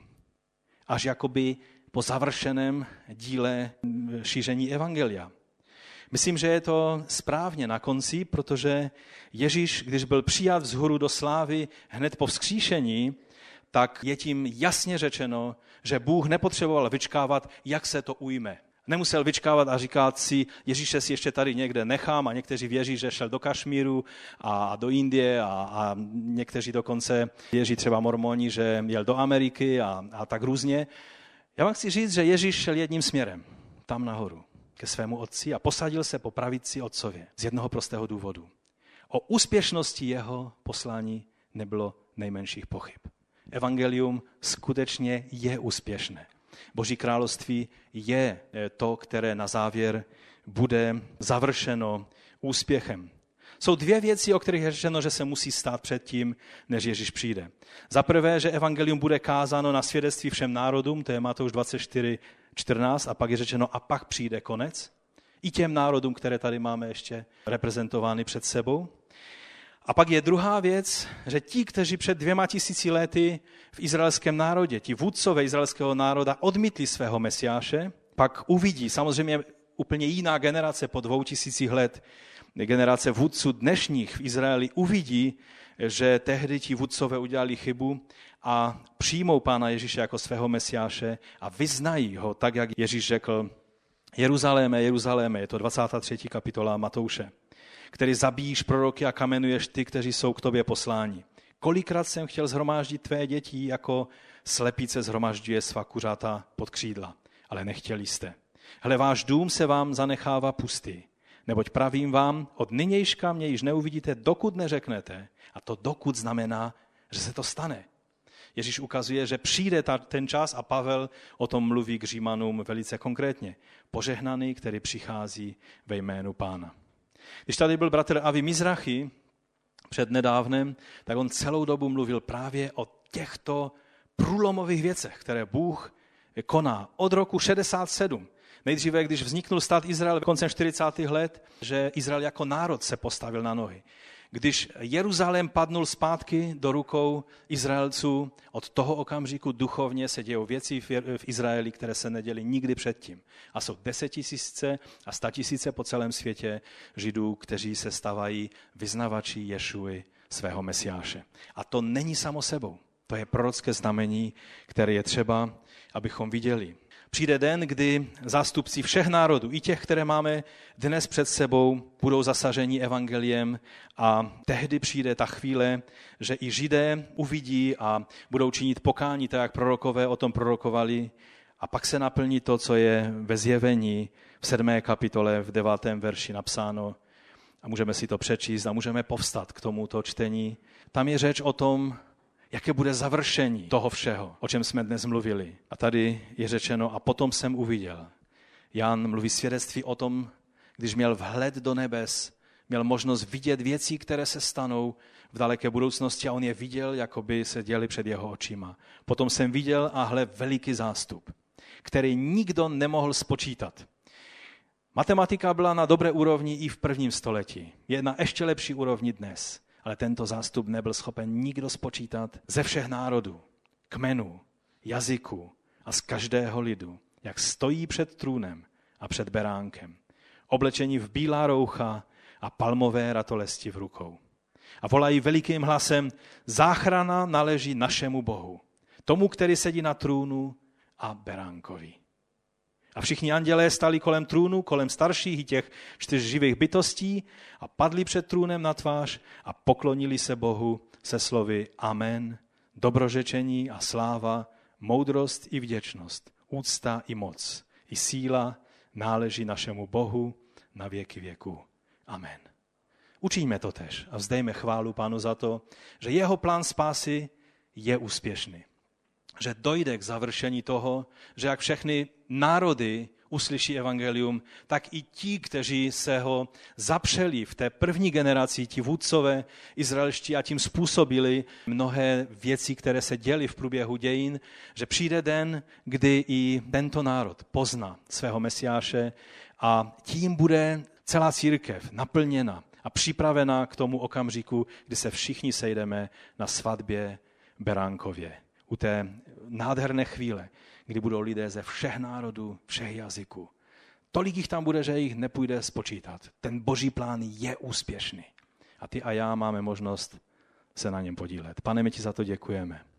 Až jakoby po završeném díle šíření evangelia. Myslím, že je to správně na konci, protože Ježíš, když byl přijat vzhůru do slávy hned po vzkříšení, tak je tím jasně řečeno, že Bůh nepotřeboval vyčkávat, jak se to ujme. Nemusel vyčkávat a říkat si, Ježíše si ještě tady někde nechám a někteří věří, že šel do Kašmíru a do Indie a, a někteří dokonce věří třeba mormoni, že jel do Ameriky a, a tak různě. Já vám chci říct, že Ježíš šel jedním směrem, tam nahoru, ke svému otci a posadil se po pravici otcově z jednoho prostého důvodu. O úspěšnosti jeho poslání nebylo nejmenších pochyb. Evangelium skutečně je úspěšné. Boží království je to, které na závěr bude završeno úspěchem. Jsou dvě věci, o kterých je řečeno, že se musí stát předtím, než Ježíš přijde. Za prvé, že evangelium bude kázáno na svědectví všem národům, to je Matouš dvacet čtyři čtrnáct, a pak je řečeno, a pak přijde konec. I těm národům, které tady máme ještě reprezentovány před sebou. A pak je druhá věc, že ti, kteří před dvěma tisíci lety v izraelském národě, ti vůdcové izraelského národa odmítli svého Mesiáše, pak uvidí, samozřejmě úplně jiná generace po dvou tisících let, generace vůdců dnešních v Izraeli uvidí, že tehdy ti vůdcové udělali chybu a přijmou Pána Ježíše jako svého Mesiáše a vyznají ho tak, jak Ježíš řekl: Jeruzaléme, Jeruzaléme, je to dvacátá třetí kapitola Matouše, který zabíjíš proroky a kamenuješ ty, kteří jsou k tobě posláni. Kolikrát jsem chtěl shromáždit tvé děti, jako slepice shromažďuje svá kuřata pod křídla, ale nechtěli jste. Hle, váš dům se vám zanechává pustý, neboť pravím vám, od nynějška mě již neuvidíte, dokud neřeknete. A to dokud znamená, že se to stane. Ježíš ukazuje, že přijde ta, ten čas a Pavel o tom mluví k Římanům velice konkrétně. Požehnaný, který přichází ve jménu Pána. Když tady byl bratr Avi Mizrachi před nedávnem, tak on celou dobu mluvil právě o těchto průlomových věcech, které Bůh koná od roku šedesát sedm. Nejdříve, když vzniknul stát Izrael koncem čtyřicátých let, že Izrael jako národ se postavil na nohy. Když Jeruzalém padnul zpátky do rukou Izraelců, od toho okamžiku duchovně se dějou věci v Izraeli, které se neděly nikdy předtím. A jsou desetitisíce a statisíce po celém světě Židů, kteří se stavají vyznavači Ješuji, svého Mesiáše. A to není samo sebou. To je prorocké znamení, které je třeba, abychom viděli. Přijde den, kdy zástupci všech národů, i těch, které máme dnes před sebou, budou zasaženi evangeliem a tehdy přijde ta chvíle, že i Židé uvidí a budou činit pokání, tak jak prorokové o tom prorokovali, a pak se naplní to, co je ve Zjevení v sedmé kapitole v devátém verši napsáno, a můžeme si to přečíst a můžeme povstat k tomuto čtení. Tam je řeč o tom, jaké bude završení toho všeho, o čem jsme dnes mluvili. A tady je řečeno, a potom jsem uviděl. Jan mluví svědectví o tom, když měl vhled do nebes, měl možnost vidět věci, které se stanou v daleké budoucnosti, a on je viděl, jako by se děly před jeho očima. Potom jsem viděl a hle veliký zástup, který nikdo nemohl spočítat. Matematika byla na dobré úrovni i v prvním století. Je na ještě lepší úrovni dnes. Ale tento zástup nebyl schopen nikdo spočítat ze všech národů, kmenů, jazyků a z každého lidu, jak stojí před trůnem a před beránkem, oblečení v bílá roucha a palmové ratolesti v rukou. A volají velikým hlasem: záchrana náleží našemu Bohu, tomu, který sedí na trůnu, a beránkovi. A všichni andělé stali kolem trůnu, kolem starších i těch čtyř živých bytostí a padli před trůnem na tvář a poklonili se Bohu se slovy amen, dobrořečení a sláva, moudrost i vděčnost, úcta i moc, i síla náleží našemu Bohu na věky věku. Amen. Učiňme to tež a vzdejme chválu Pánu za to, že jeho plán spásy je úspěšný. Že dojde k završení toho, že jak všechny národy uslyší evangelium, tak i ti, kteří se ho zapřeli v té první generaci, ti vůdcové izraelští, a tím způsobili mnohé věci, které se děly v průběhu dějin, že přijde den, kdy i tento národ pozná svého Mesiáše a tím bude celá církev naplněna a připravena k tomu okamžiku, kdy se všichni sejdeme na svatbě Beránkově. U té nádherné chvíle, kdy budou lidé ze všech národů, všech jazyků. Tolik jich tam bude, že jich nepůjde spočítat. Ten boží plán je úspěšný. A ty a já máme možnost se na něm podílet. Pane, my ti za to děkujeme.